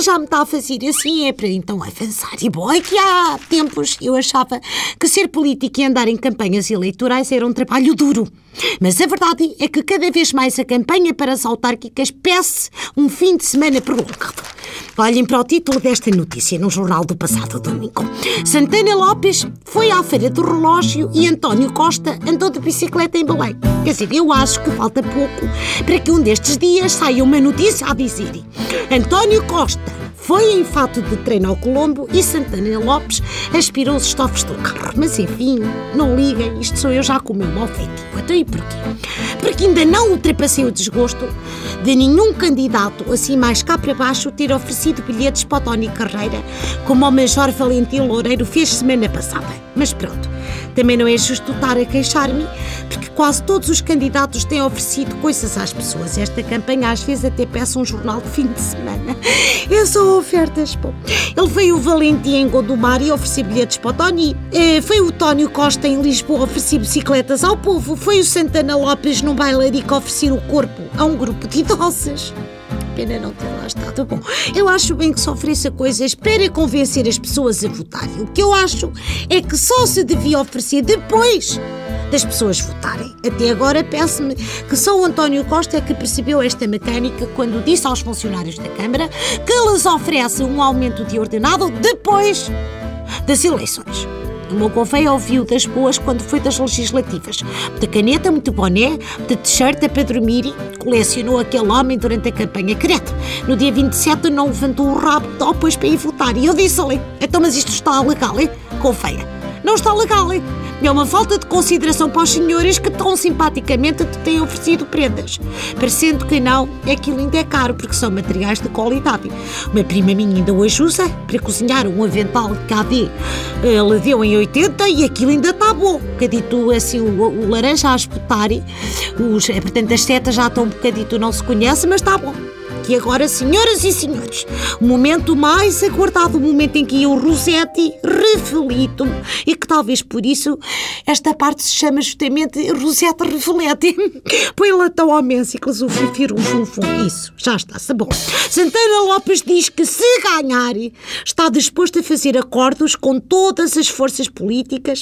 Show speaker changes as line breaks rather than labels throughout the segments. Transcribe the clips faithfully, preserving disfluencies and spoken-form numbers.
já me está a fazer assim, é para então avançar. E bom, é que há tempos eu achava que ser político e andar em campanhas eleitorais era um trabalho duro. Mas a verdade é que cada vez mais a campanha para as autárquicas pece um fim de semana prolongado. Olhem para o título desta notícia no jornal do passado domingo. Santana Lopes foi à Feira do Relógio e António Costa andou de bicicleta em Belém. Quer dizer, eu acho que falta pouco para que um destes dias saia uma notícia a dizer: António Costa foi em fato de treino ao Colombo e Santana Lopes aspirou os estofos do carro. Mas enfim, não liguem, isto sou eu já com o meu mau feitio. Então e porquê? Porque ainda não ultrapassei o desgosto de nenhum candidato, assim mais cá para baixo, ter oferecido bilhetes para o Tony Carreira, como o Major Valentim Loureiro fez semana passada. Mas pronto, também não é justo estar a queixar-me, porque quase todos os candidatos têm oferecido coisas às pessoas. Esta campanha às vezes até peça um jornal de fim de semana. É só ofertas, pô. Ele foi o Valentim em Gondomar e ofereceu bilhetes para o Tony. É, foi o Tónio Costa em Lisboa oferecer bicicletas ao povo. Foi o Santana Lopes num bailarico oferecer o corpo a um grupo de idosas. Pena não ter lá estado. Bom, eu acho bem que se ofereça coisas para convencer as pessoas a votarem. O que eu acho é que só se devia oferecer depois das pessoas votarem. Até agora penso-me que só o António Costa é que percebeu esta mecânica quando disse aos funcionários da Câmara que lhes oferece um aumento de ordenado depois das eleições. O meu convém ouviu das boas quando foi das legislativas. De caneta, muito boné, de t-shirt é para dormir, colecionou aquele homem durante a campanha. Credo, no dia vinte e sete não levantou o rabo depois para ir votar. E eu disse-lhe, então mas isto está legal, hein? Confeia. Não está legal, hein? É uma falta de consideração para os senhores que tão simpaticamente te têm oferecido prendas. Parecendo que não, aquilo ainda é caro, porque são materiais de qualidade. Uma prima minha ainda hoje usa para cozinhar um avental de K D. Ele deu em oitenta e aquilo ainda está bom. Um bocadito assim, o, o laranja a espetar. Os, portanto, as setas já estão um bocadito, não se conhece, mas está bom. E agora, senhoras e senhores, o momento mais aguardado, o momento em que eu, Rosetti, reflito, e que talvez por isso esta parte se chama justamente Rosetta Reflete. Põe latão ao mensicles, o fifiro, um funfum. Isso, já está-se bom. Santana Lopes diz que se ganhar, está disposto a fazer acordos com todas as forças políticas.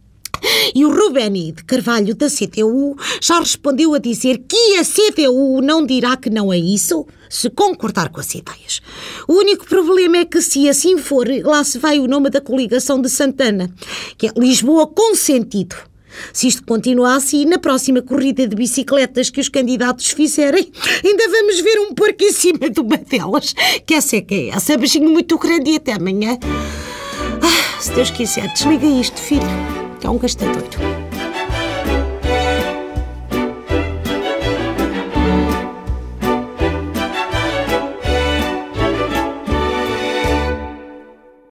E o Rubeni de Carvalho da C D U já respondeu a dizer que a C D U não dirá que não é isso, se concordar com as ideias. O único problema é que, se assim for, lá se vai o nome da coligação de Santana, que é Lisboa com sentido. Se isto continuar assim, na próxima corrida de bicicletas que os candidatos fizerem, ainda vamos ver um porco em cima de uma delas. Que essa é que é essa. Beijinho muito grande e até amanhã. Ah, se Deus quiser, desliga isto, filho. É um gastadouro.